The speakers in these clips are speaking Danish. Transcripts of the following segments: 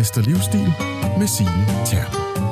Mester Livsstil med Signe Terp.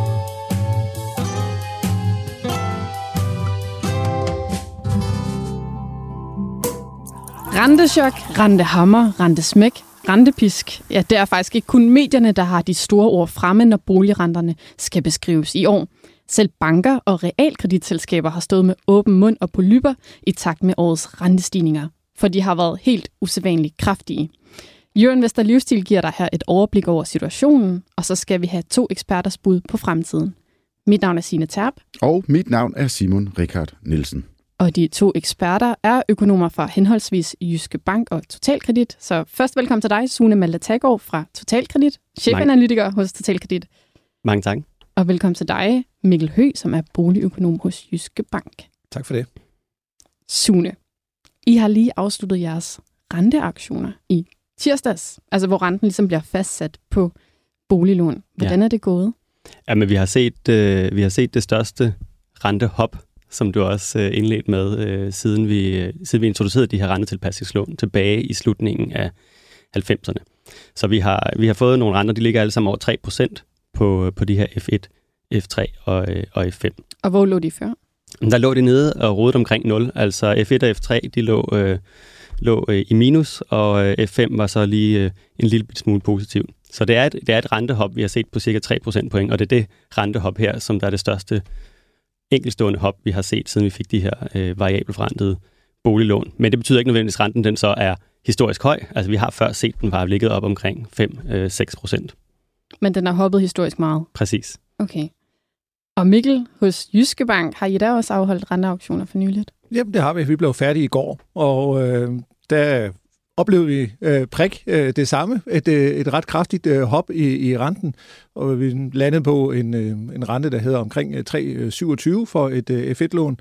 Rentechok, rentehammer, rentesmæk, rentepisk. Ja, det er faktisk ikke kun medierne, der har de store ord fremme, når boligrenterne skal beskrives i år. Selv banker og realkreditselskaber har stået med åben mund og polypper i takt med årets rentestigninger, for de har været helt usædvanligt kraftige. Jørgen Mester Livsstil giver dig her et overblik over situationen, og så skal vi have 2 eksperters bud på fremtiden. Mit navn er Signe Terp. Og mit navn er Simon Richard Nielsen. Og de 2 eksperter er økonomer fra henholdsvis Jyske Bank og Totalkredit. Så først velkommen til dig, Sune Malte Taggaard fra Totalkredit, chefanalytiker hos Totalkredit. Mange tak. Og velkommen til dig, Mikkel Høgh, som er boligøkonom hos Jyske Bank. Tak for det. Sune, I har lige afsluttet jeres renteaktioner i tirsdags, altså hvor renten ligesom bliver fastsat på boliglån. Hvordan er det gået? Jamen, vi har set det største rentehop, som du også indledte med, siden vi introducerede de her rentetilpasningslån tilbage i slutningen af 90'erne. Så vi har fået nogle renter, de ligger alle sammen over 3% på de her F1, F3 og F5. Og hvor lå de før? Der lå de nede og rodede omkring 0. Altså F1 og F3, de lå i minus, og F5 var så lige en lille smule positiv. Så det er et rentehop, vi har set på cirka 3% point, og det er det rentehop her, som der er det største enkeltstående hop, vi har set, siden vi fik de her variabelforrentede boliglån. Men det betyder ikke nødvendigvis, at renten den så er historisk høj. Altså vi har før set den bare ligget op omkring 5-6%. Men den har hoppet historisk meget? Præcis. Okay. Og Mikkel, hos Jyske Bank, har I da også afholdt renteauktioner for nyligt? Jamen det har vi. Vi blev færdige i går, og der oplevede vi det samme. Et ret kraftigt hop i renten, og vi landede på en rente, der hedder omkring 3,27 for et F1-lån.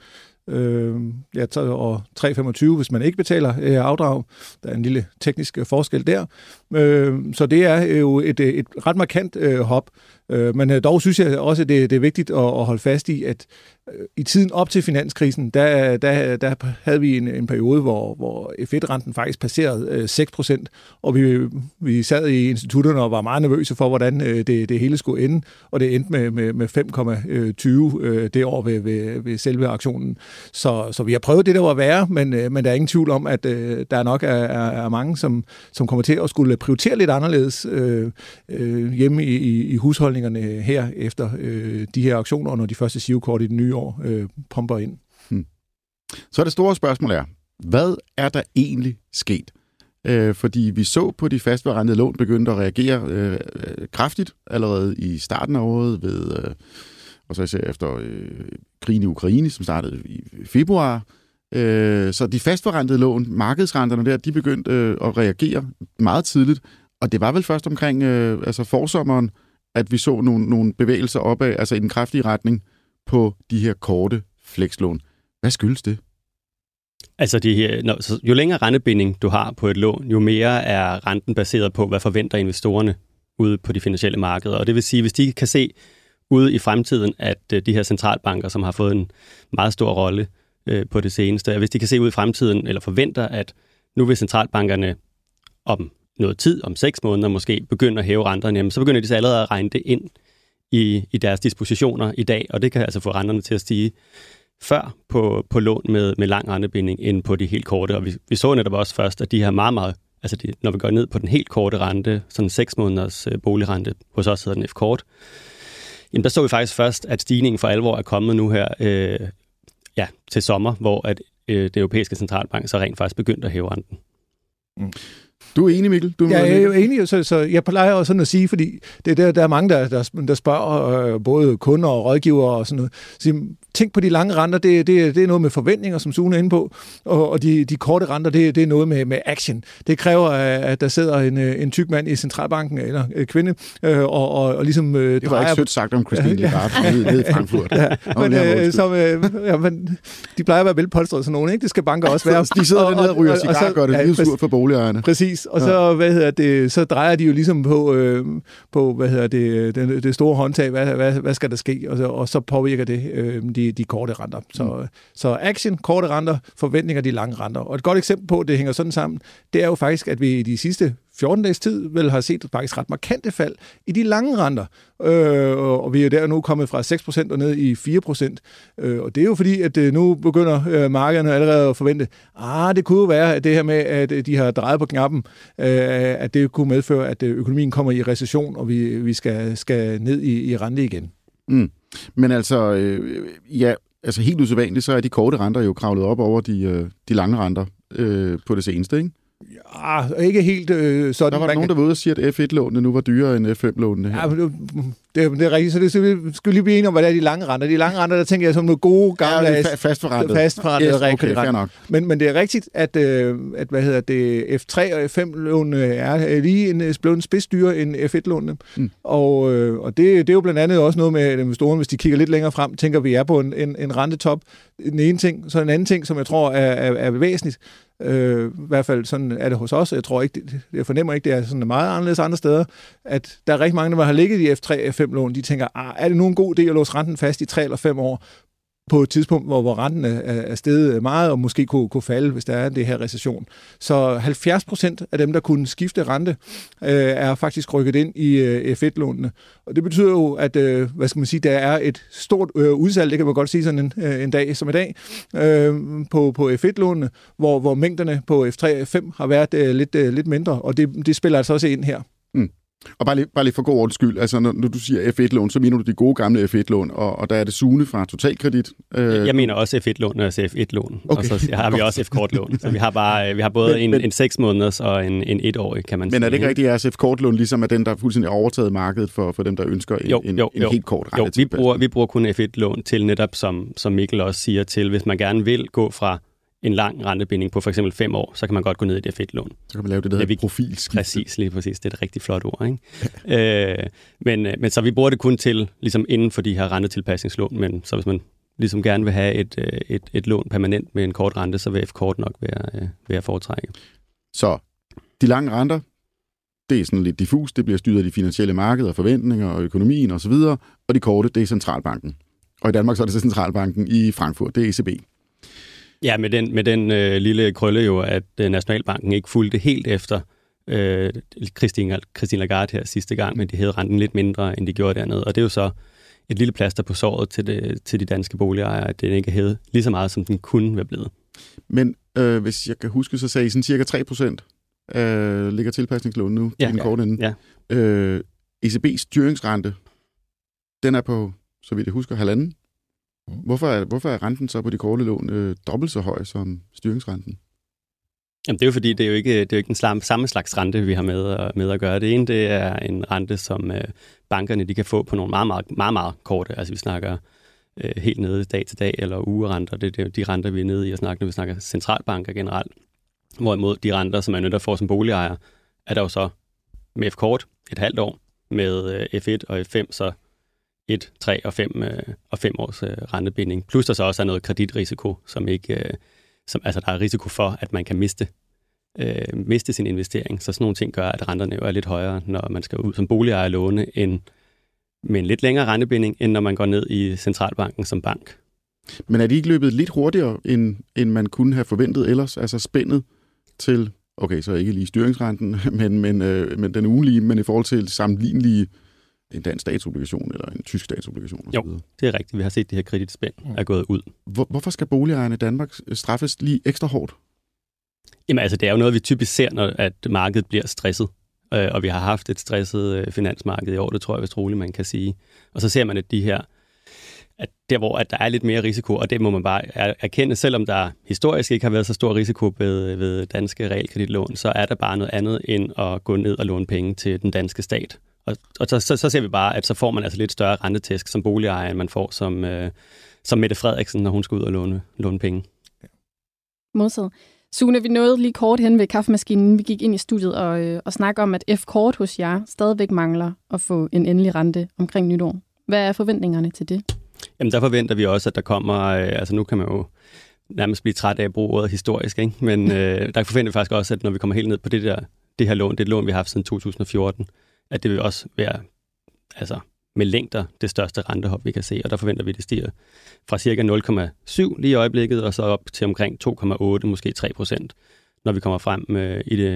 Og 3,25, hvis man ikke betaler afdrag. Der er en lille teknisk forskel der. Så det er jo et ret markant hop. Men dog synes jeg også, at det er vigtigt at holde fast i, at i tiden op til finanskrisen, der havde vi en periode, hvor F1-renten faktisk passerede 6%, og vi sad i institutterne og var meget nervøse for, hvordan det hele skulle ende, og det endte med 5,20 det år ved selve aktionen. Så vi har prøvet det, der var værre, men der er ingen tvivl om, at der nok er mange, som kommer til at skulle prioritere lidt anderledes hjemme i husholdningerne her efter de her aktioner, når de første SIO-kort i det nye år pumper ind. Så det store spørgsmål er, hvad er der egentlig sket? Fordi vi så på de fastforrentede lån begyndte at reagere kraftigt allerede i starten af året, og så især efter krigen i Ukraine, som startede i februar. Så de fastforrentede lån, markedsrenterne der, de begyndte at reagere meget tidligt, og det var vel først omkring forsommeren, at vi så nogle bevægelser opad, altså i den kraftige retning på de her korte flekslån. Hvad skyldes det? Altså jo længere rentebinding du har på et lån, jo mere er renten baseret på, hvad forventer investorerne ude på de finansielle markeder. Og det vil sige, hvis de kan se ude i fremtiden, at de her centralbanker, som har fået en meget stor rolle på det seneste, hvis de kan se ud i fremtiden, eller forventer, at nu vil centralbankerne om noget tid, om 6 måneder måske, begynder at hæve renterne, jamen, så begynder de så allerede at regne det ind i deres dispositioner i dag, og det kan altså få renterne til at stige før på lån med lang rentebinding end på de helt korte. Og vi så netop også først, at de her meget, når vi går ned på den helt korte rente, sådan 6 måneders boligrente, hos os hedder den F-kort, jamen der så vi faktisk først, at stigningen for alvor er kommet nu her til sommer, hvor at det europæiske centralbank så rent faktisk begyndte at hæve renten. Mm. Du er enig, Mikkel? Jeg er jo enig, så jeg plejer også sådan at sige, fordi det der er mange, der spørger, både kunder og rådgivere og sådan noget. Så tænk på de lange renter, det er noget med forventninger, som Sune er inde på, og de korte renter, det er noget med action. Det kræver, at der sidder en tyk mand i centralbanken, eller kvinde, og ligesom det var ikke sødt sagt om Christine Lagarde nede i Frankfurt. Men de plejer at være velpolstrede sådan nogen, ikke? Det skal banker også være. De sidder dernede og ryger cigar og gør det lidt surt for boligejerne. Præcis, og så, så drejer de jo ligesom på det store håndtag, hvad skal der ske, og så påvirker det de korte renter. Så action, korte renter, forventninger, de lange renter. Og et godt eksempel på, at det hænger sådan sammen, det er jo faktisk, at vi i de sidste 14 dages tid vel har set faktisk ret markante fald i de lange renter. Og vi er der nu kommet fra 6% og ned i 4%. Og det er jo fordi, at nu begynder markederne allerede at forvente, det kunne jo være, at det her med, at de har drejet på knappen, at det kunne medføre, at økonomien kommer i recession, og vi skal ned i rente igen. Mm. Men altså, altså helt usædvanligt, så er de korte renter jo kravlet op over de lange renter på det seneste, ikke? Ja, ikke helt sådan. Der var nogen, der var ude og sige, at F1-lånene nu var dyrere end F5-lånene her. Ja, det er rigtigt, så det skal vi lige blive enige om, hvad det er de lange renter. De lange renter, der tænker jeg som nogle gode gamle fastforrentede realkreditrenter. Men det er rigtigt, at F3 og F5-lånene er lige blevet en spids dyrere end F1-lånene. Og det er jo blandt andet også noget med investorerne, hvis de kigger lidt længere frem, tænker vi er på en rentetop. Den ene ting, så en anden ting, som jeg tror er væsentligt. I hvert fald sådan er det hos os. Jeg tror ikke, jeg fornemmer ikke, det er sådan meget anderledes andre steder, at der er rigtig mange, der har ligget i F3 og F5-lån, de tænker, er det nu en god idé at låse renten fast i 3 eller 5 år på et tidspunkt, hvor renten er steget meget, og måske kunne falde, hvis der er det her recession. Så 70% af dem, der kunne skifte rente, er faktisk rykket ind i F1-lånene. Og det betyder jo, at der er et stort udsalg, det kan man godt sige sådan en dag som i dag, på F1-lånene, hvor mængderne på F3 og F5 har været lidt mindre, og det spiller altså også ind her. Og bare lige for god ordens skyld, altså når du siger F1-lån, så mener du de gode gamle F1-lån, og der er det Sune fra Totalkredit. Jeg mener også F1-lån og F1-lån, okay. Og så har vi også F-kortlån. Så vi har både en 6 måneders og en 1-årig, kan man sige. Men er det ikke rigtigt, at F-kortlån ligesom er den, der fuldstændig overtaget markedet for dem, der ønsker en helt kort rente? Jo, vi bruger kun F1-lån til netop, som Mikkel også siger til, hvis man gerne vil gå fra en lang rentebinding på for eksempel 5 år, så kan man godt gå ned i det F1-lån. Så kan man lave det, der hedder profilskifte. Præcis. Det er et rigtig flot ord, ikke? Men så vi bruger det kun til, ligesom inden for de her rentetilpasningslån, men så hvis man ligesom gerne vil have et lån permanent med en kort rente, så vil F-kort nok være at foretrække. Så de lange renter, det er sådan lidt diffus, det bliver styret af de finansielle markeder, forventninger og økonomien osv., og de korte, det er centralbanken. Og i Danmark så er det centralbanken i Frankfurt, det er ECB. Ja, med den lille krølle jo, at Nationalbanken ikke fulgte helt efter Christine Lagarde her sidste gang, men de havde renten lidt mindre, end de gjorde dernede. Og det er jo så et lille plaster på såret til de danske boligejere, at den ikke havde lige så meget, som den kunne være blevet. Men hvis jeg kan huske, så sagde I sådan cirka 3% ligger tilpasningslån nu i den korte ende. Ja. ECB's styringsrente, den er på, så vidt jeg husker, 1,5. Hvorfor er renten så på de korte lån dobbelt så høj som styringsrenten? Jamen, det er jo fordi, det er jo ikke den samme slags rente, vi har med at gøre. Det ene, det er en rente, som bankerne de kan få på nogle meget korte. Altså vi snakker helt nede dag til dag eller ugerenter. Det er de renter, vi er nede i at snakke, når vi snakker centralbanker generelt. Hvorimod de renter, som er nødt til at få som boligejer, er der jo så med F-kort et halvt år, med F1 og F5, så 1, 3 og 5 års rentebinding. Plus der så også er noget kreditrisiko, altså der er risiko for, at man kan miste sin investering. Så sådan nogle ting gør, at renterne jo er lidt højere, når man skal ud som boligejer låne med en lidt længere rentebinding, end når man går ned i centralbanken som bank. Men er de ikke løbet lidt hurtigere, end man kunne have forventet ellers? Altså spændet til, okay, så ikke lige styringsrenten, men den ugenlige, men i forhold til sammenlignelige en dansk statsobligation eller en tysk statsobligation osv. Jo, det er rigtigt. Vi har set, at det her kreditspænd er gået ud. Hvorfor skal boligejerne i Danmark straffes lige ekstra hårdt? Jamen altså, det er jo noget, vi typisk ser, når at markedet bliver stresset. Og vi har haft et stresset finansmarked i år, det tror jeg vist roligt, man kan sige. Og så ser man, at at der hvor at der er lidt mere risiko, og det må man bare erkende, selvom der historisk ikke har været så stor risiko ved danske realkreditlån, så er der bare noget andet end at gå ned og låne penge til den danske stat. Og så ser vi bare, at så får man altså lidt større rentetæsk som boligejer, end man får som Mette Frederiksen, når hun skal ud og låne penge. Modsat. Sune, vi nåede lige kort hen ved kaffemaskinen, vi gik ind i studiet og snakke om, at F-kort hos jer stadigvæk mangler at få en endelig rente omkring nytår. Hvad er forventningerne til det? Jamen der forventer vi også, at der kommer, altså nu kan man jo nærmest blive træt af at bruge ordet historisk, ikke? Men der forventer vi faktisk også, at når vi kommer helt ned på det her lån, det er et lån, vi har haft siden 2014, at det vil også være altså med længder det største rentehop, vi kan se. Og der forventer vi, at det stiger fra cirka 0,7 lige i øjeblikket, og så op til omkring 2,8, måske 3%, når vi kommer frem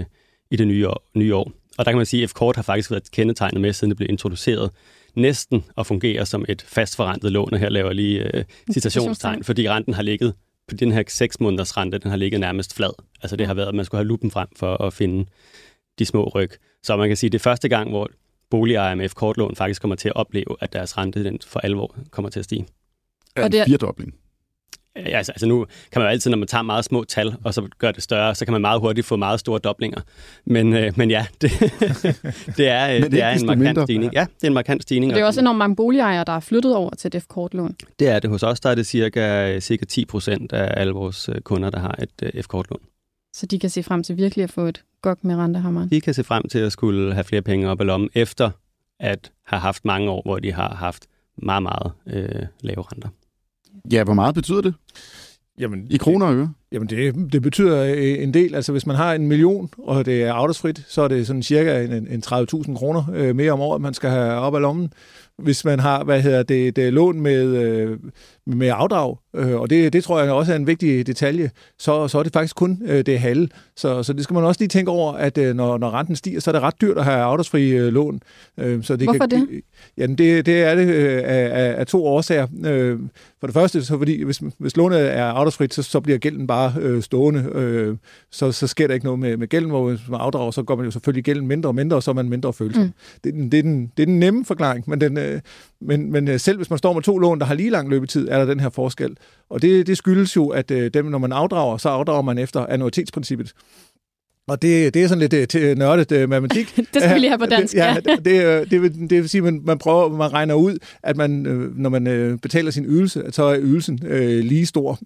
i det nye år. Og der kan man sige, at F-kort har faktisk været kendetegnet med, siden det blev introduceret, næsten at fungere som et fastforrentet lån, og her laver jeg lige citationstegn, fordi renten har ligget på den her 6 måneders rente, den har ligget nærmest flad. Altså det har været, at man skulle have lupen frem for at finde de små ryg. Så man kan sige, at det er første gang, hvor boligejere med F-kortlån faktisk kommer til at opleve, at deres rente den for alvor kommer til at stige. Og det er en firdobling. Ja, altså nu kan man jo altid, når man tager meget små tal, og så gør det større, så kan man meget hurtigt få meget store doblinger. Men ja, det er en markant stigning. Ja, det er en markant stigning. Og det er også enormt mange boligejere, der er flyttet over til et F-kortlån. Det er det. Hos os der er det cirka 10% af alle vores kunder, der har et F-kortlån. Så de kan se frem til virkelig at få et gok med rentehammeren? De kan se frem til at skulle have flere penge op ad lommen, efter at have haft mange år, hvor de har haft meget, meget lave renter. Ja, hvor meget betyder det? Jamen, i kroner og øre? Jamen, det betyder en del. Altså, hvis man har 1 million, og det er afdragsfrit, så er det sådan cirka en 30.000 kroner mere om året, man skal have op ad lommen. Hvis man har, det lån med afdrag, og det tror jeg også er en vigtig detalje, så er det faktisk kun det halve. Så det skal man også lige tænke over, at når renten stiger, så er det ret dyrt at have afdragsfri lån. Så det Hvorfor det? Jamen, det er det af 2 årsager. For det første, så fordi hvis lånet er afdragsfrit, så bliver gælden bare stående. Så sker der ikke noget med gælden, hvor hvis man afdrager, så går man jo selvfølgelig gælden mindre og mindre, og så er man mindre følsom. Det er den nemme forklaring, men selv hvis man står med 2 lån, der har lige lang løbetid, er der den her forskel. Og det skyldes jo, at når man afdrager, så afdrager man efter annuitetsprincippet. Og det er sådan lidt nørdet matematik. Det skal vi lige have på dansk. Det vil sige, at man regner ud, at når man betaler sin ydelse, så er ydelsen lige stor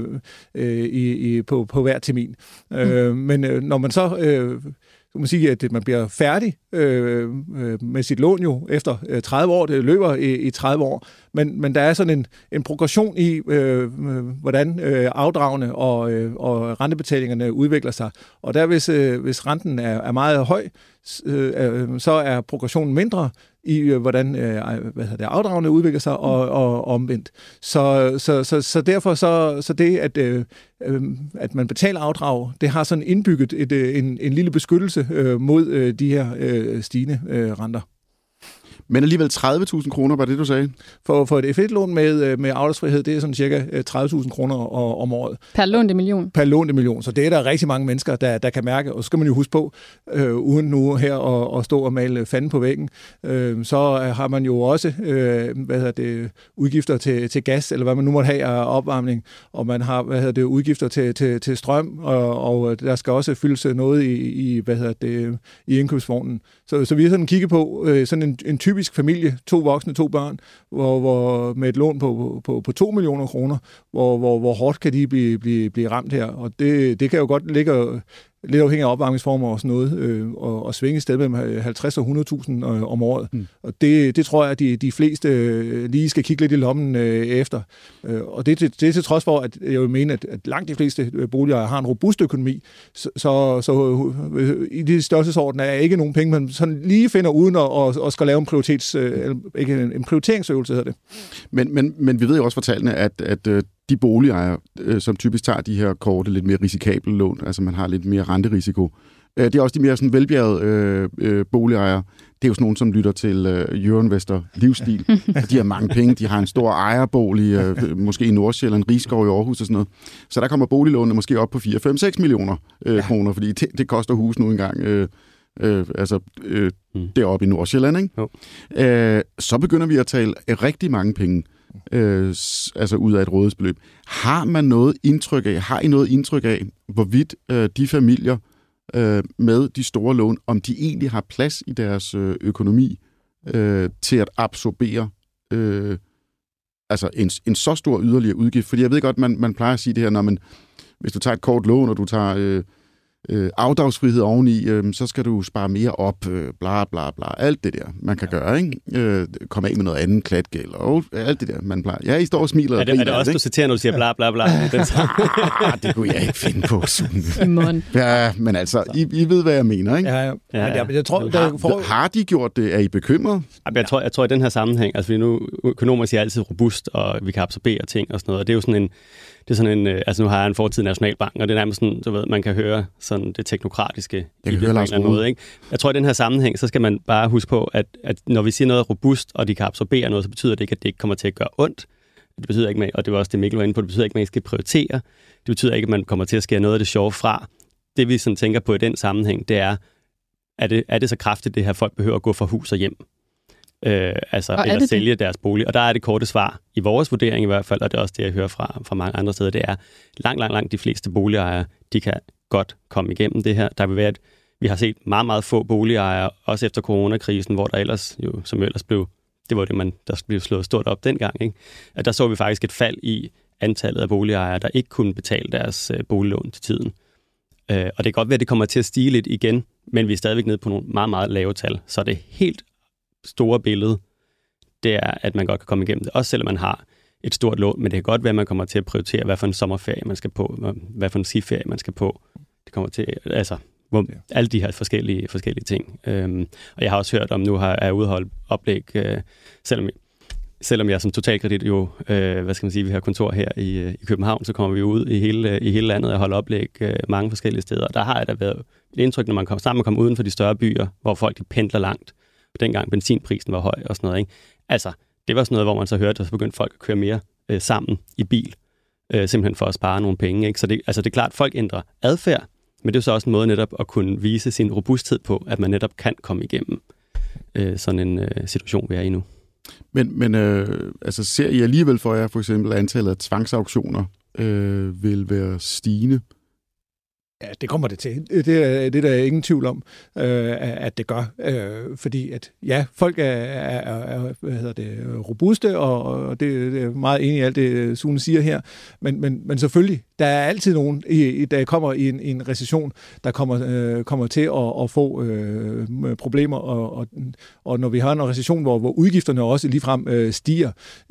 på hver termin. Men når man så kan man sige, at man bliver færdig med sit lån jo efter 30 år. Det løber i 30 år. Men der er sådan en progression i, hvordan afdragene og rentebetalingerne udvikler sig. Og der hvis renten er meget høj, så er progressionen mindre i, hvordan afdragene udvikler sig og omvendt. Så derfor så det, at man betaler afdrag, det har sådan indbygget en lille beskyttelse mod de her stigende renter. Men alligevel 30.000 kroner, var det, du sagde? For et F1-lån med afdragsfrihed, det er sådan cirka 30.000 kroner om året. Per lånte million? Per lånte million. Så det er der rigtig mange mennesker, der kan mærke. Og så skal man jo huske på, uden nu her at stå og male fanden på væggen, så har man jo også udgifter til gas, eller hvad man nu måtte have af opvarmning. Og man har udgifter til strøm, og der skal også fyldes noget i indkøbsvognen. Så vi har sådan kigget på sådan en typisk familie, 2 voksne, 2 børn, hvor med et lån på 2 millioner kroner, hvor hårdt kan de blive ramt her. Og det kan jo godt ligge lidt afhængig af opvarmningsformer og sådan noget, og svinge i stedet med 50 og 100.000 om året. Og det tror jeg, at de fleste lige skal kigge lidt i lommen efter. Og det er til trods for, at jeg vil mene, at langt de fleste boligejere har en robust økonomi, så i de størrelsesorden er ikke nogen penge, man sådan lige finder uden at skal lave en prioriteringsøvelse, hedder det. Men vi ved jo også fra tallene, at de boligejere, som typisk tager de her korte, lidt mere risikable lån, altså man har lidt mere renterisiko, det er også de mere sådan velbjergede boligejere. Det er jo sådan nogen, som lytter til Euroinvestor livsstil. De har mange penge, de har en stor ejerbolig, måske i Nordsjælland, Rigskov i Aarhus og sådan noget. Så der kommer boliglånene måske op på 4-5-6 millioner kroner, fordi det koster hus nu engang. Deroppe i Nordsjælland, ikke? Så begynder vi at tale rigtig mange penge. Altså ud af et rådighedsbeløb. Har I noget indtryk af, hvorvidt de familier med de store lån, om de egentlig har plads i deres økonomi til at absorbere altså en så stor yderligere udgift? Fordi jeg ved godt, man plejer at sige det her, hvis du tager et kort lån, og du tager afdragsfrihed oveni, så skal du spare mere op, bla bla bla, alt det der, man kan gøre, ikke? Komme af med noget andet, klatgæld og alt det der, man plejer. Ja, I står og smiler. Er det også, du citerer, når du siger bla bla bla? Det kunne jeg ikke finde på. Ja, men altså, I ved, hvad jeg mener, ikke? Ja. Men jeg tror, har de gjort det? Er I bekymret? Jeg tror i den her sammenhæng, altså nu økonomer siger altid robust, og vi kan absorbere ting og sådan noget, og det er jo sådan er sådan en, altså nu har jeg en fortid i Nationalbanken, og det er nærmest sådan, du ved, man kan høre sådan det teknokratiske i det på en eller anden måde, ikke? Jeg tror, i den her sammenhæng, så skal man bare huske på, at når vi siger noget er robust, og de kan absorbere noget, så betyder det ikke, at det ikke kommer til at gøre ondt. Det betyder ikke, og det var også det, Mikkel var inde på, det betyder ikke, at man ikke skal prioritere. Det betyder ikke, at man kommer til at skære noget af det sjove fra. Det vi sådan tænker på i den sammenhæng, det er det så kraftigt, det her folk behøver at gå fra hus og hjem? Eller sælge deres bolig. Og der er det korte svar, i vores vurdering i hvert fald, og det er også det, jeg hører fra mange andre steder, det er langt de fleste boligejere, de kan godt komme igennem det her. Der vil være, vi har set meget få boligejere, også efter coronakrisen, hvor der ellers jo, som ellers blev, det var det, der blev slået stort op dengang, ikke? At der så vi faktisk et fald i antallet af boligejere, der ikke kunne betale deres boliglån til tiden. Og det kan godt være, at det kommer til at stige lidt igen, men vi er stadigvæk nede på nogle meget lave tal. Så det helt store billede, det er, at man godt kan komme igennem det, også selvom man har et stort lån, men det kan godt være, at man kommer til at prioritere, hvad for en sommerferie man skal på, hvad for en skiferie man skal på. Det kommer til, alle de her forskellige ting. Og jeg har også hørt om, nu har jeg udholdt oplæg, selvom jeg som Totalkredit jo, vi har kontor her i København, så kommer vi ud i hele landet og holder oplæg mange forskellige steder. Der har der været et indtryk, når man kommer uden for de større byer, hvor folk de pendler langt. Dengang benzinprisen var høj og sådan noget, ikke? Altså, det var sådan noget, hvor man så hørte, at så begyndte folk at køre mere sammen i bil, simpelthen for at spare nogle penge, ikke? Så det er klart, at folk ændrer adfærd, men det er så også en måde netop at kunne vise sin robusthed på, at man netop kan komme igennem sådan en situation, vi er i nu. Men ser I alligevel for jer, for eksempel, antallet af tvangsauktioner vil være stigende? Ja, det kommer det til. Det er der ingen tvivl om, at det gør. Fordi at folk er robuste, og det er meget enig i alt det, Sune siger her. Men selvfølgelig, der er altid nogen, der kommer i en recession, der kommer til at få problemer. Og når vi har en recession, hvor udgifterne også ligefrem stiger,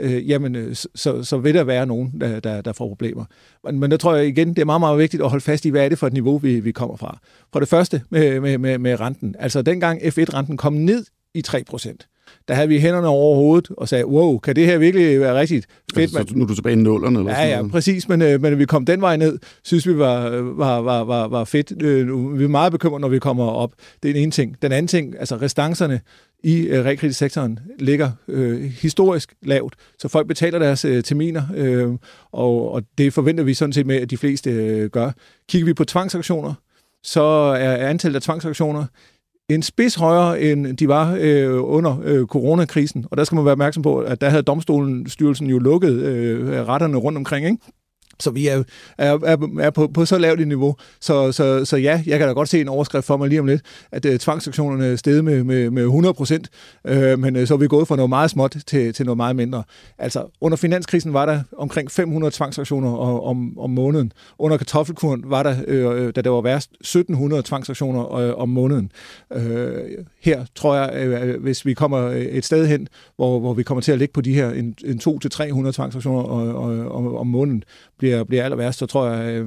så vil der være nogen, der får problemer. Men der tror jeg igen, det er meget vigtigt at holde fast i, hvad er det for et niveau, vi kommer fra. For det første med renten. Altså dengang F1-renten kom ned i 3%, der havde vi hænderne over hovedet og sagde, wow, kan det her virkelig være rigtigt fedt? Altså, så nu er du tilbage i nullerne? Eller sådan noget? Ja, præcis, men vi kom den vej ned, synes vi var fedt. Vi er meget bekymrede, når vi kommer op. Det er den ene ting. Den anden ting, altså restancerne i realkreditsektoren ligger historisk lavt, så folk betaler deres terminer, og det forventer vi sådan set med, at de fleste gør. Kigger vi på tvangsauktioner, så er antallet af tvangsauktioner en spids højere, end de var under coronakrisen. Og der skal man være opmærksom på, at der havde Domstolsstyrelsen jo lukket retterne rundt omkring, ikke? Så vi er på så lavt et niveau. Så ja, jeg kan da godt se en overskrift for mig lige om lidt, at tvangsauktionerne er steget med 100%, men så er vi gået fra noget meget småt til noget meget mindre. Altså, under finanskrisen var der omkring 500 tvangsauktioner om måneden. Under kartoffelkuren var der, da det var værst, 1700 tvangsauktioner om måneden. Her tror jeg, hvis vi kommer et sted hen, hvor vi kommer til at ligge på de her en 200-300 tvangsauktioner om måneden, bliver aller værst, så tror jeg,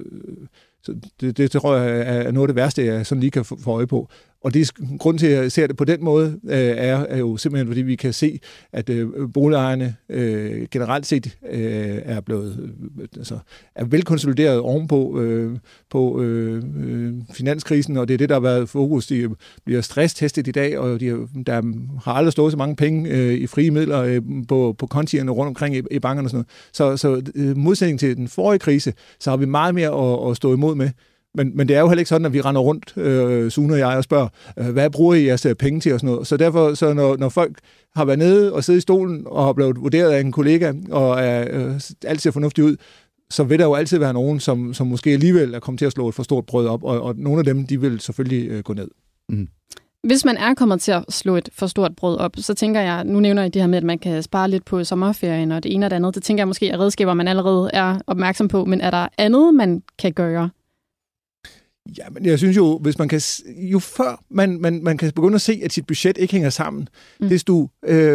det tror jeg er noget af det værste, jeg sådan lige kan få øje på. Og det er grunden til, at jeg ser det på den måde, er jo simpelthen, fordi vi kan se, at boligejerne generelt set er blevet er velkonsolideret ovenpå på finanskrisen, og det er det, der har været fokus. De bliver stresstestet i dag, og der har aldrig stået så mange penge i frie midler på kontierne rundt omkring i bankerne og sådan noget. Så modsætning til den forrige krise, så har vi meget mere at stå imod med. Men det er jo heller ikke sådan, at vi render rundt, Sune og jeg, og spørger, hvad bruger I jeres penge til og sådan noget. Så derfor, når folk har været nede og siddet i stolen og har blevet vurderet af en kollega, og alt ser fornuftigt ud, så vil der jo altid være nogen, som måske alligevel er kommet til at slå et for stort brød op, og nogle af dem, de vil selvfølgelig gå ned. Mm. Hvis man er kommet til at slå et for stort brød op, så tænker jeg, nu nævner jeg det her med, at man kan spare lidt på sommerferien og det ene og det andet. Det tænker jeg måske er redskaber, man allerede er opmærksom på, men er der andet, man kan gøre? Ja, men jeg synes jo, hvis man kan, jo før man kan begynde at se, at sit budget ikke hænger sammen, desto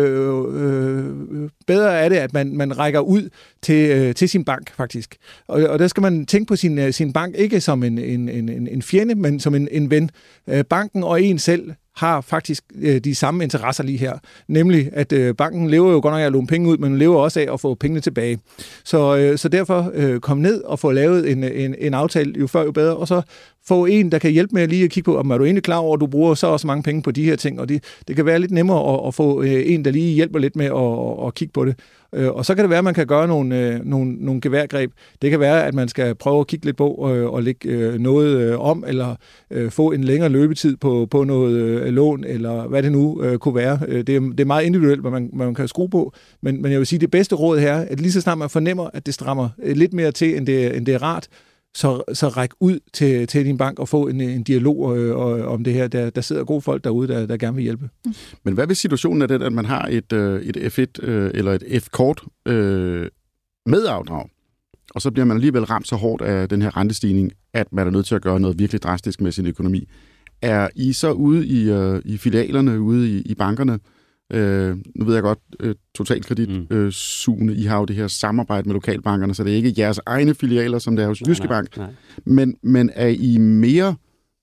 bedre er det, at man rækker ud til sin bank, faktisk. Og der skal man tænke på sin bank ikke som en fjende, men som en ven. Banken og en selv har faktisk de samme interesser lige her. Nemlig, at banken lever jo godt nok af at låne penge ud, men lever også af at få pengene tilbage. Så derfor kom ned og få lavet en aftale, jo før jo bedre, og så få en, der kan hjælpe med lige at kigge på, om er du egentlig klar over, at du bruger så også mange penge på de her ting, og det kan være lidt nemmere at få en, der lige hjælper lidt med at kigge på det. Og så kan det være, at man kan gøre nogle geværgreb. Det kan være, at man skal prøve at kigge lidt på og lægge noget om, eller få en længere løbetid på noget lån, eller hvad det nu kunne være. Det er meget individuelt, hvad man kan skrue på. Men jeg vil sige, at det bedste råd her er, at lige så snart man fornemmer, at det strammer lidt mere til, end det er rart, så ræk ud til din bank og få en dialog om det her. Der sidder gode folk derude, der gerne vil hjælpe. Men hvad hvis situationen er den, at man har et F1 eller et F-kort med afdrag, og så bliver man alligevel ramt så hårdt af den her rentestigning, at man er nødt til at gøre noget virkelig drastisk med sin økonomi? Er I så ude i filialerne, ude i bankerne? Nu ved jeg godt, Totalkredit, Sune, I har jo det her samarbejde med lokalbankerne, så det er ikke jeres egne filialer, som det er hos Jyske Bank. Men er I mere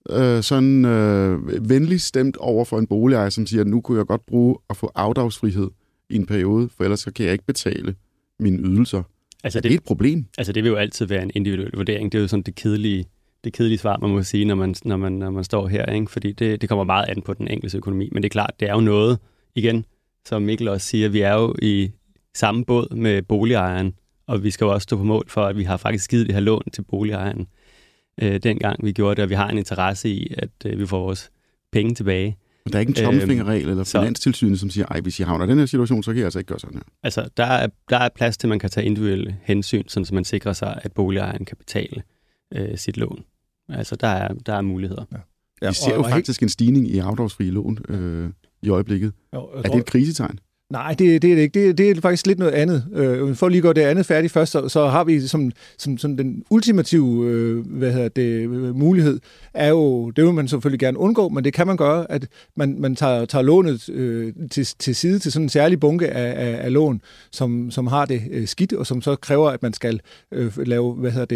venligt stemt over for en boligejer, som siger, at nu kunne jeg godt bruge at få afdragsfrihed i en periode, for ellers så kan jeg ikke betale mine ydelser? Altså, det er et problem. Altså, det vil jo altid være en individuel vurdering. Det er jo sådan det kedelige svar, man må sige, når man står her, ikke? Fordi det kommer meget an på den enkelte økonomi. Men det er klart, det er jo noget, igen, som Mikkel også siger, vi er jo i samme båd med boligejeren, og vi skal jo også stå på mål for, at vi har faktisk givet det her lån til boligejeren, dengang vi gjorde det, og vi har en interesse i, at vi får vores penge tilbage. Der er ikke en tommelfingerregel eller Finanstilsynet, som siger, hvis I havner i den her situation, så kan jeg altså ikke gøre sådan her. Altså, der er plads til, at man kan tage individuelle hensyn, sådan så man sikrer sig, at boligejeren kan betale sit lån. Altså, der er muligheder. Ja. Vi ser jo faktisk en stigning i afdragsfrie lån i øjeblikket. Er det et krisetegn? Nej, det er det ikke. Det er faktisk lidt noget andet. For lige at gøre det andet færdigt først, så har vi som den ultimative mulighed, det vil man selvfølgelig gerne undgå, men det kan man gøre, at man tager lånet til side til sådan en særlig bunke af lån, som har det skidt, og som så kræver, at man skal lave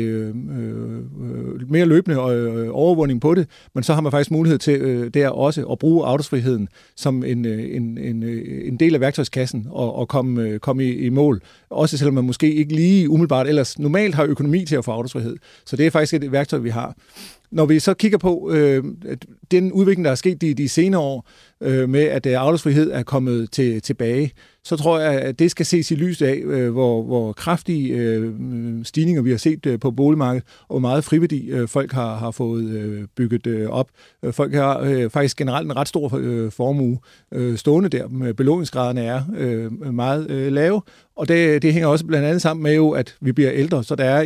mere løbende overvågning på det, men så har man faktisk mulighed til der også at bruge afdragsfriheden som en del af værktøjskassen og komme i mål. Også selvom man måske ikke lige umiddelbart ellers normalt har økonomi til at få afdragsfrihed. Så det er faktisk et værktøj, vi har. Når vi så kigger på den udvikling, der er sket de senere år, med at afdragsfrihed er kommet tilbage, så tror jeg, at det skal ses i lyset af, hvor kraftige stigninger vi har set på boligmarkedet, og hvor meget friværdi folk har fået bygget op. Folk har faktisk generelt en ret stor formue stående der. Belåningsgraderne er meget lave, og det hænger også blandt andet sammen med jo, at vi bliver ældre, så der er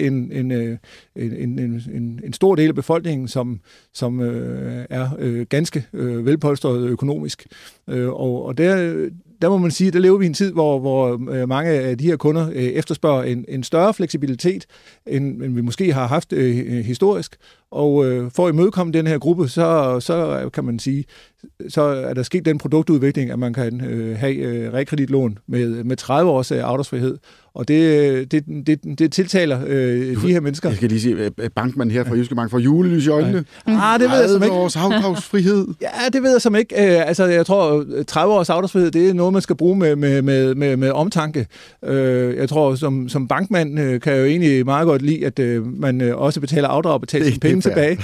en stor del af befolkningen, som er ganske velpolstret økonomisk. Og der må man sige, der lever vi i en tid, hvor mange af de her kunder efterspørger en større fleksibilitet, end vi måske har haft historisk. Og for at imødekomme den her gruppe, så kan man sige, så er der sket den produktudvikling, at man kan have realkreditlån med 30 års afdragsfrihed. Og det tiltaler de her mennesker. Jeg skal lige sige, bankmand her fra Jyske Bank får julelys i øjnene. Det ved jeg som ikke. 30 års afdragsfrihed. Ja, det ved jeg som ikke. Altså, jeg tror, 30 års afdragsfrihed, det er noget, man skal bruge med omtanke. Jeg tror, som bankmand kan jeg jo egentlig meget godt lide, at man også betaler afdrag og betaler sine penge tilbage.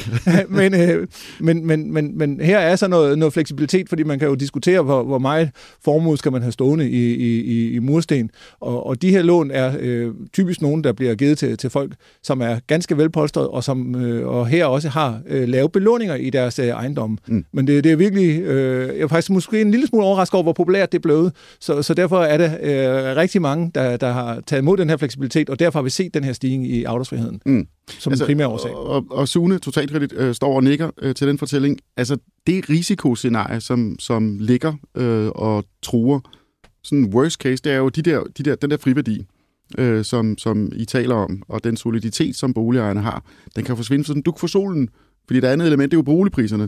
men her er så noget fleksibilitet, fordi man kan jo diskutere, hvor meget formue skal man have stående i mursten. Og de her lån er typisk nogen, der bliver givet til folk, som er ganske velpolstret, og som og her også har lave belåninger i deres ejendomme. Men det er virkelig, jeg er faktisk måske en lille smule overrasket over, hvor populært det er blevet. Så derfor er det rigtig mange, der har taget imod den her fleksibilitet, og derfor har vi set den her stigning i afdragsfriheden som primær årsag. Og Sune, Totalkredit, står og nikker til den fortælling. Altså, det risikoscenarie, som ligger og truer, sådan worst case, det er jo den der friværdi, som I taler om, og den soliditet, som boligejerne har, den kan forsvinde sådan duk for solen, fordi det andet element, det er jo boligpriserne.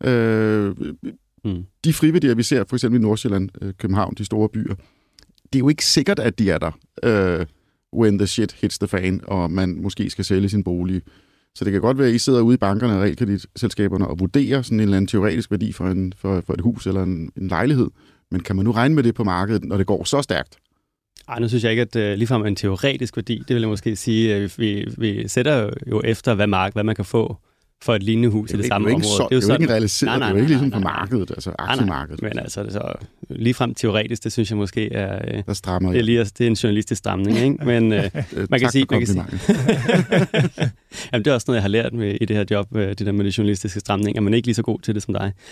De friværdier, vi ser for eksempel i Nordsjælland, København, de store byer, det er jo ikke sikkert, at de er der, when the shit hits the fan, og man måske skal sælge sin bolig. Så det kan godt være, at I sidder ude i bankerne og realkreditselskaberne og vurderer sådan en eller anden teoretisk værdi for et hus eller en lejlighed. Men kan man nu regne med det på markedet, når det går så stærkt? Ej, nu synes jeg ikke, at ligefrem en teoretisk værdi, det vil jeg måske sige, at vi sætter jo efter, hvad man kan få for et lignende hus i det samme område. Det er jo ikke realiseret, det er jo ikke ligesom på markedet, altså aktiemarkedet. Men altså, så ligefrem teoretisk, det synes jeg måske er... Der strammer det er en journalistisk stramning, ikke? Men man kan sige... Jamen, det er også noget, jeg har lært med i det her job, det der med de journalistiske stramninger, men ikke lige så god til det som dig.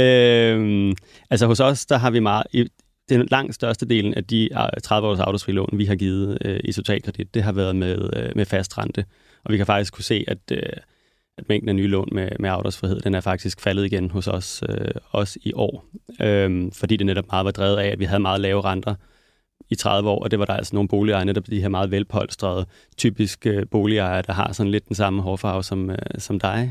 Altså hos os, der har vi meget... Den langt største delen af de 30 års afdragsfri lån, vi har givet i Totalkredit, det har været med fast rente. Og vi kan faktisk kunne se, at mængden af nye lån med afdragsfrihed, den er faktisk faldet igen hos os også i år. Fordi det netop meget var drevet af, at vi havde meget lave renter i 30 år, og det var der altså nogle boligejere, netop de her meget velpolstrede, typisk boligejere, der har sådan lidt den samme hårfarve som dig.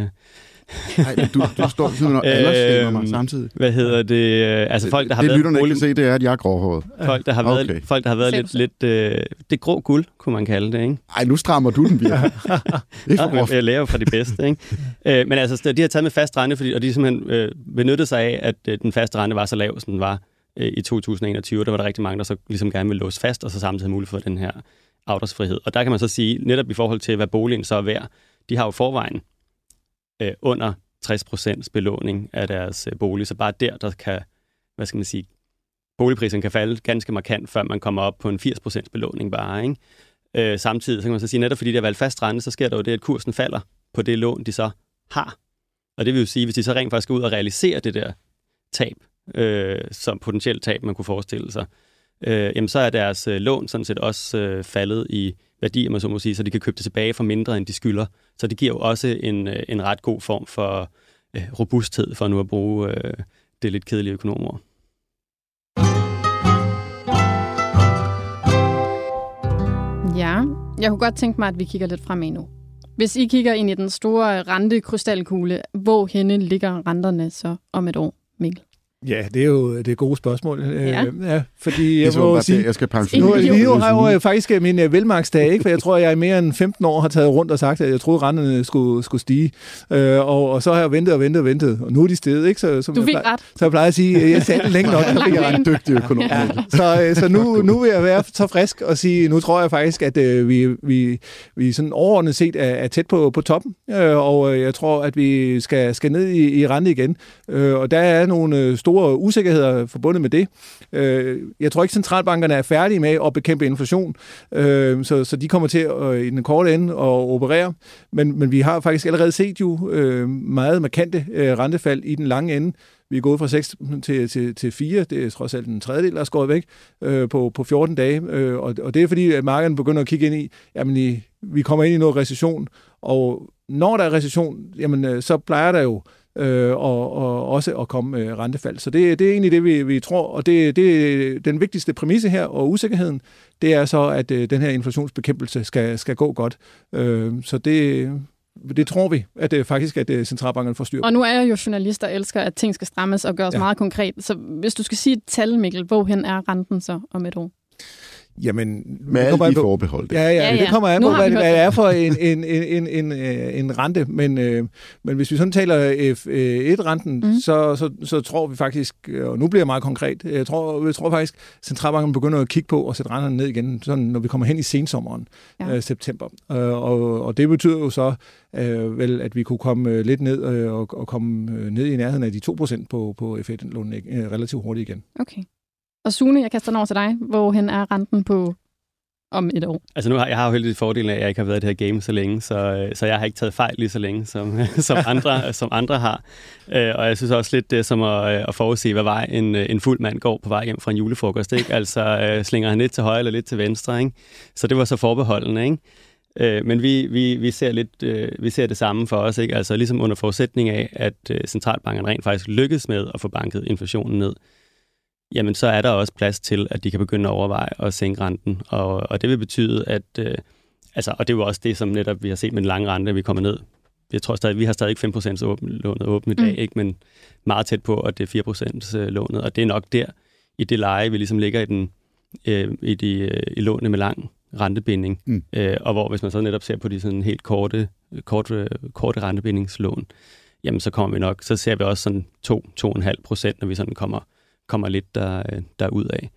Nej, du står sådan og aldersskæmmer mig samtidig. Hvad hedder det? Altså folk, der har været... Det lytterne ikke kan se, det er, at jeg er gråhåret. Folk, der har været lidt det grå guld, kunne man kalde det, ikke? Ej, nu strammer du den virkelig. Jeg lærer jo fra de bedste, ikke? Men altså, de har taget med fast rente, og de simpelthen benyttede sig af, at den faste rente var så lav, som den var i 2021. Der var der rigtig mange, der så ligesom gerne ville låse fast, og så samtidig mulighed for den her afdragsfrihed. Og der kan man så sige, netop i forhold til, hvad boligen så er værd, de har jo forvejen under 60% belåning af deres bolig. Så bare der kan, boligprisen kan falde ganske markant, før man kommer op på en 80% belåning bare, ikke? Samtidig så kan man så sige, netop fordi de har valgt fast rente, så sker der jo det, at kursen falder på det lån, de så har. Og det vil jo sige, hvis de så rent faktisk skal ud og realisere det der tab, som potentielt tab, man kunne forestille sig, jamen så er deres lån sådan set også faldet i værdi, man så må sige, så de kan købe det tilbage for mindre, end de skylder. Så det giver jo også en ret god form for robusthed, for nu at bruge det lidt kedelige økonomord. Ja, jeg kunne godt tænke mig, at vi kigger lidt fremad nu. Hvis I kigger ind i den store rentekrystalkugle, hvor henne ligger renterne så om et år, Mikkel? Ja, det er jo det gode spørgsmål. Ja. Fordi jeg må sige, jeg skal pensionere. Nu har jeg faktisk min velmagtsdag, ikke? For jeg tror, jeg i mere end 15 år har taget rundt og sagt, at jeg troede, renterne skulle stige. Og så har jeg ventet, og nu er de steget, ikke? Så du fik ret. Så jeg plejer at sige, at jeg sagde det længe nok. Jeg er en dygtig økonom. Ja, så nu vil jeg være så frisk og sige, nu tror jeg faktisk, at vi sådan overordnet set er tæt på toppen. Og jeg tror, at vi skal ned i rente igen. Og der er nogle store usikkerheder forbundet med det. Jeg tror ikke, centralbankerne er færdige med at bekæmpe inflation, så de kommer til i den korte ende at operere. Men vi har faktisk allerede set jo meget markante rentefald i den lange ende. Vi er gået fra 6 til 4. Det er trods alt en tredjedel, der er skåret væk på 14 dage. Og det er fordi, at markederne begynder at kigge ind i, jamen vi kommer ind i noget recession, og når der er recession, jamen så plejer der jo og også at komme rentefald. Så det er egentlig det, vi tror, og det er den vigtigste præmisse her, og usikkerheden, det er så, at den her inflationsbekæmpelse skal gå godt. Så det tror vi, at faktisk at centralbankerne får styr på. Og nu er jeg jo journalist, der elsker, at ting skal strammes og gøres meget konkret. Så hvis du skal sige et tal, Mikkel, hvorhen er renten så om et år? Jamen, med alle de forbehold. Ja, det kommer an på, hvad det er for en rente. Men hvis vi sådan taler F1-renten, så tror vi faktisk, og nu bliver jeg meget konkret, jeg tror faktisk, at centralbanken begynder at kigge på at sætte renterne ned igen, sådan, når vi kommer hen i sensommeren, september. Og det betyder jo så vel, at vi kunne komme lidt ned og komme ned i nærheden af de 2% på F1-lånene relativt hurtigt igen. Okay. Og Sune, jeg kaster den over til dig. Hvorhen er renten på om et år? Altså jeg har jo heldigvis fordelen af, at jeg ikke har været i det her game så længe, så jeg har ikke taget fejl lige så længe, som andre har. Og jeg synes også lidt det som at forudse, hvad vej en fuld mand går på vej hjem fra en julefrokost. Ikke? Altså slinger han lidt til højre eller lidt til venstre. Ikke? Så det var så forbeholdende, ikke? Men vi ser det samme for os, ikke? Altså ligesom under forudsætning af, at centralbankerne rent faktisk lykkes med at få banket inflationen ned, jamen så er der også plads til, at de kan begynde at overveje at sænke renten. Og det vil betyde, at og det er jo også det, som netop vi har set med den lange rente, at vi kommer ned. Jeg tror stadig, vi har stadig 5% lånet åbent i dag, ikke? Men meget tæt på, at det er 4% lånet. Og det er nok der, i det leje, vi ligesom ligger i lånene med lang rentebinding. Og hvor hvis man så netop ser på de sådan helt korte korte rentebindingslån, jamen så kommer vi nok, så ser vi også sådan 2-2,5%, når vi sådan kommer lidt derud af.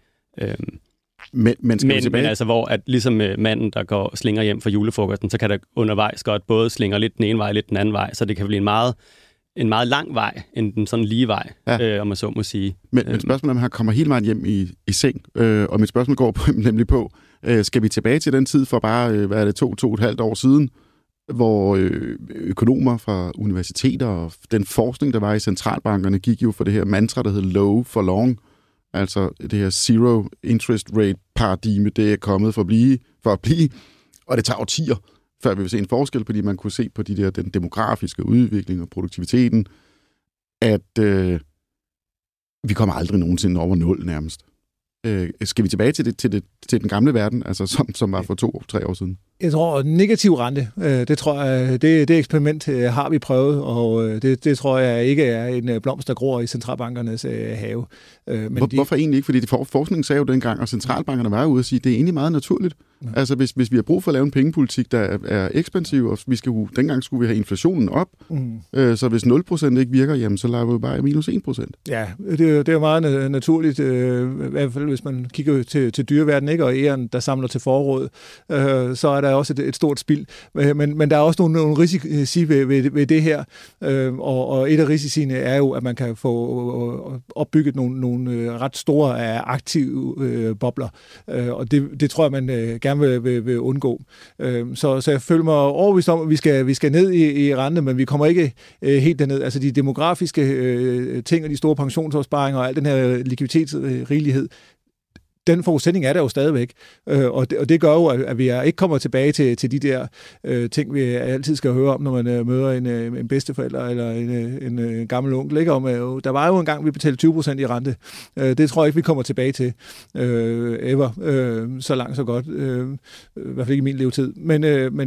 Men altså, hvor at ligesom manden, der slinger hjem fra julefrokosten, så kan der undervejs godt både slinger lidt den ene vej, lidt den anden vej, så det kan blive en meget lang vej, end den sådan lige vej, om man så må sige. Men spørgsmålet er, om han kommer hele vejen hjem i seng, og mit spørgsmål går nemlig på, skal vi tilbage til den tid for bare, 2,5 år siden, hvor økonomer fra universiteter og den forskning, der var i centralbankerne, gik jo for det her mantra, der hed low for long. Altså det her zero interest rate paradigme, det er kommet for at blive, og det tager årtier, før vi vil se en forskel, fordi man kunne se på den demografiske udvikling og produktiviteten, at vi kommer aldrig nogensinde over 0 nærmest. Skal vi tilbage til den gamle verden, altså som var for 2-3 år siden? Jeg tror, negativ rente, det tror jeg, det eksperiment har vi prøvet, og det tror jeg ikke er en blomst, der gror i centralbankernes have. Hvorfor egentlig ikke? Fordi forskningen sagde jo dengang, og centralbankerne var ude og sige, at det er egentlig meget naturligt. Ja. Altså hvis vi har brug for at lave en pengepolitik, der er ekspansiv, og dengang skulle vi have inflationen op, så hvis 0% ikke virker, jamen så laver vi bare minus 1%. Ja, det er meget naturligt, i hvert fald hvis man kigger til dyreverdenen, ikke, og æren, der samler til forråd, så er der også et stort spild. Men der er også nogle risici ved det her, og et af risiciene er jo, at man kan få opbygget nogle ret store aktive bobler, og det tror jeg, man gerne vil undgå. Så jeg føler mig overbevist om, at vi skal ned i rente, men vi kommer ikke helt derned. Altså de demografiske ting og de store pensionsopsparinger og al den her likviditetsrigelighed, den forudsætning er der jo stadigvæk, og det gør jo, at vi ikke kommer tilbage til de der ting, vi altid skal høre om, når man møder en bedsteforælder eller en gammel onkel. Ikke? Der var jo en gang, vi betalte 20% i rente. Det tror jeg ikke, vi kommer tilbage til ever. Så langt, så godt. I hvert fald ikke i min levetid. Men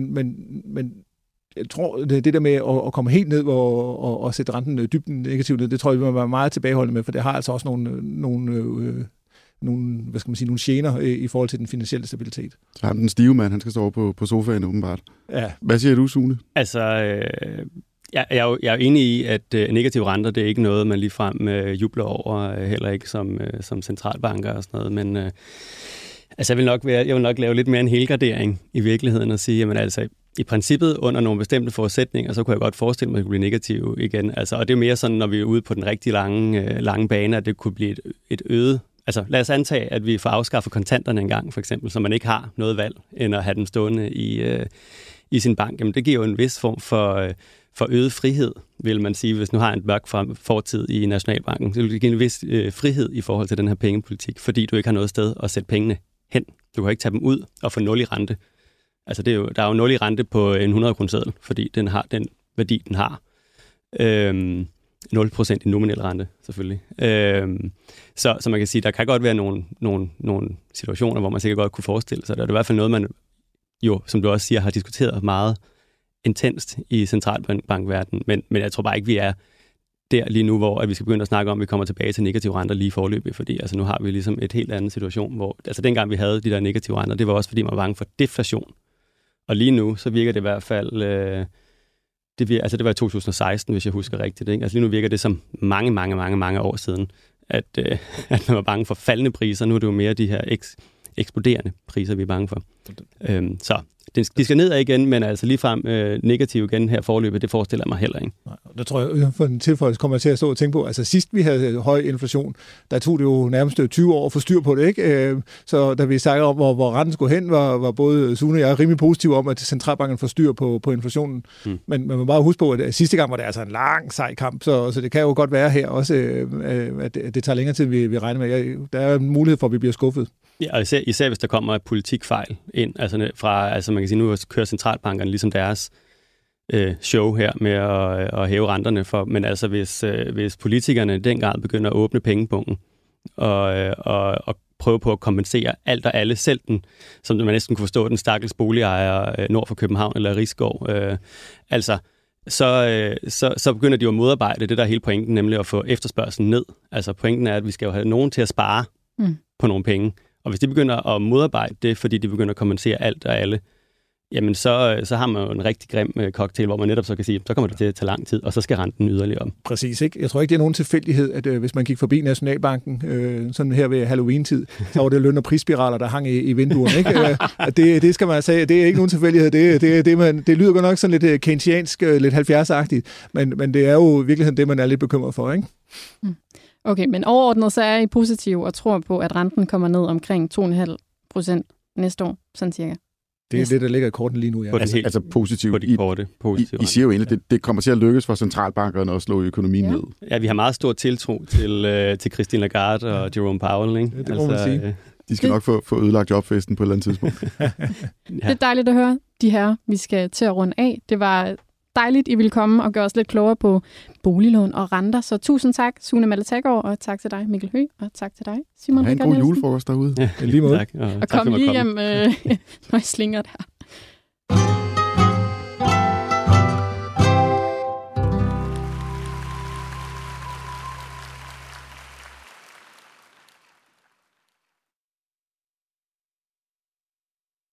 jeg tror, det der med at komme helt ned og sætte renten dybden negativt ned, det tror jeg, vi må være meget tilbageholdende med, for det har altså også nogle gener i forhold til den finansielle stabilitet. Så har den stive mand, han skal stå på sofaen åbenbart. Ja. Hvad siger du, Sune? Altså, jeg er jo enig i, at negative renter, det er ikke noget, man ligefrem jubler over, heller ikke som centralbanker og sådan noget, men altså, jeg vil nok lave lidt mere en helgardering i virkeligheden og sige, jamen altså, i princippet under nogle bestemte forudsætninger, så kunne jeg godt forestille mig, at det kunne blive negativ igen. Altså, og det er mere sådan, når vi er ude på den rigtig lange bane, at det kunne blive et øget. Altså, lad os antage, at vi får afskaffet kontanterne engang, for eksempel, så man ikke har noget valg, end at have dem stående i sin bank. Jamen, det giver jo en vis form for øget frihed, vil man sige, hvis nu har en mørk fortid i Nationalbanken. Det vil give en vis frihed i forhold til den her pengepolitik, fordi du ikke har noget sted at sætte pengene hen. Du kan ikke tage dem ud og få 0 i rente. Altså, der er jo 0 i rente på en 100-kroneseddel, fordi den har den værdi, den har. 0% i nominel rente, selvfølgelig. Så man kan sige, der kan godt være nogle situationer, hvor man sikkert godt kunne forestille sig det. Og det er i hvert fald noget, man jo, som du også siger, har diskuteret meget intenst i centralbankverdenen. Men jeg tror bare ikke, vi er der lige nu, hvor at vi skal begynde at snakke om, at vi kommer tilbage til negative renter lige forløbig, fordi altså, nu har vi ligesom et helt andet situation, hvor altså dengang vi havde de der negative renter, det var også fordi man var bange for deflation. Og lige nu, så virker det i hvert fald det var i 2016, hvis jeg husker rigtigt. Ikke? Altså lige nu virker det som mange år siden, at man var bange for faldende priser. Nu er det jo mere de her eksploderende priser, vi er bange for. Så de skal nedad igen, men altså ligefrem negativ igen her forløbet, det forestiller jeg mig heller ikke. Nej, det tror jeg, for en tilføjelse kommer jeg til at stå og tænke på. Altså sidst vi havde høj inflation, der tog det jo nærmest 20 år at få styr på det, ikke? Så da vi snakkede om, hvor renten skulle hen, var både Sune og jeg rimelig positive om, at centralbanken får styr på inflationen. Men man må bare huske på, at sidste gang var det altså en lang, sej kamp, så det kan jo godt være her også, at det tager længere tid, vi regner med. Der er en mulighed for, at vi bliver skuffet. Ja, og især hvis der kommer et politikfejl ind, altså man kan sige, nu kører centralbankerne ligesom deres show her med at hæve renterne for, men altså hvis politikerne dengang begynder at åbne pengebunken og prøve på at kompensere alt og alle, selv den, som man næsten kunne forstå, den stakkels boligejer nord for København eller Risskov, så begynder de jo at modarbejde det der hele pointen, nemlig at få efterspørgselen ned. Altså pointen er, at vi skal jo have nogen til at spare på nogle penge. Og hvis de begynder at modarbejde det, fordi de begynder at kompensere alt og alle, jamen så har man jo en rigtig grim cocktail, hvor man netop så kan sige, så kommer det til at tage lang tid, og så skal renten yderligere om. Præcis, ikke? Jeg tror ikke, det er nogen tilfældighed, at hvis man gik forbi Nationalbanken, sådan her ved Halloween-tid, så var det løn- og prisspiraler, der hang i vinduerne, ikke? Det skal man sige, det er ikke nogen tilfældighed. Det lyder godt nok sådan lidt keynesiansk, lidt 70'er-agtigt, men det er jo i virkeligheden det, man er lidt bekymret for, ikke? Okay, men overordnet så er I positive og tror på, at renten kommer ned omkring 2,5% næste år, sådan cirka. Det er det, der ligger i korten lige nu, ja. Altså positivt. På de korte, I siger jo egentlig, det kommer til at lykkes for centralbankerne at slå økonomien ned. Ja, vi har meget stor tiltro til Christine Lagarde og Jerome Powell, ikke? Det må man sige. De skal nok få ødelagt jobfesten på et eller andet tidspunkt. Det er dejligt at høre, de her. Vi skal til at runde af. Det var dejligt, I ville komme og gøre os lidt klogere på boliglån og renter. Så tusind tak, Sune Malletaggaard, og tak til dig, Mikkel Høgh, og tak til dig, Simon. Ha' en god julefrokost derude. Ja, lige måde. Tak, og kom lige hjem, når I slinger der.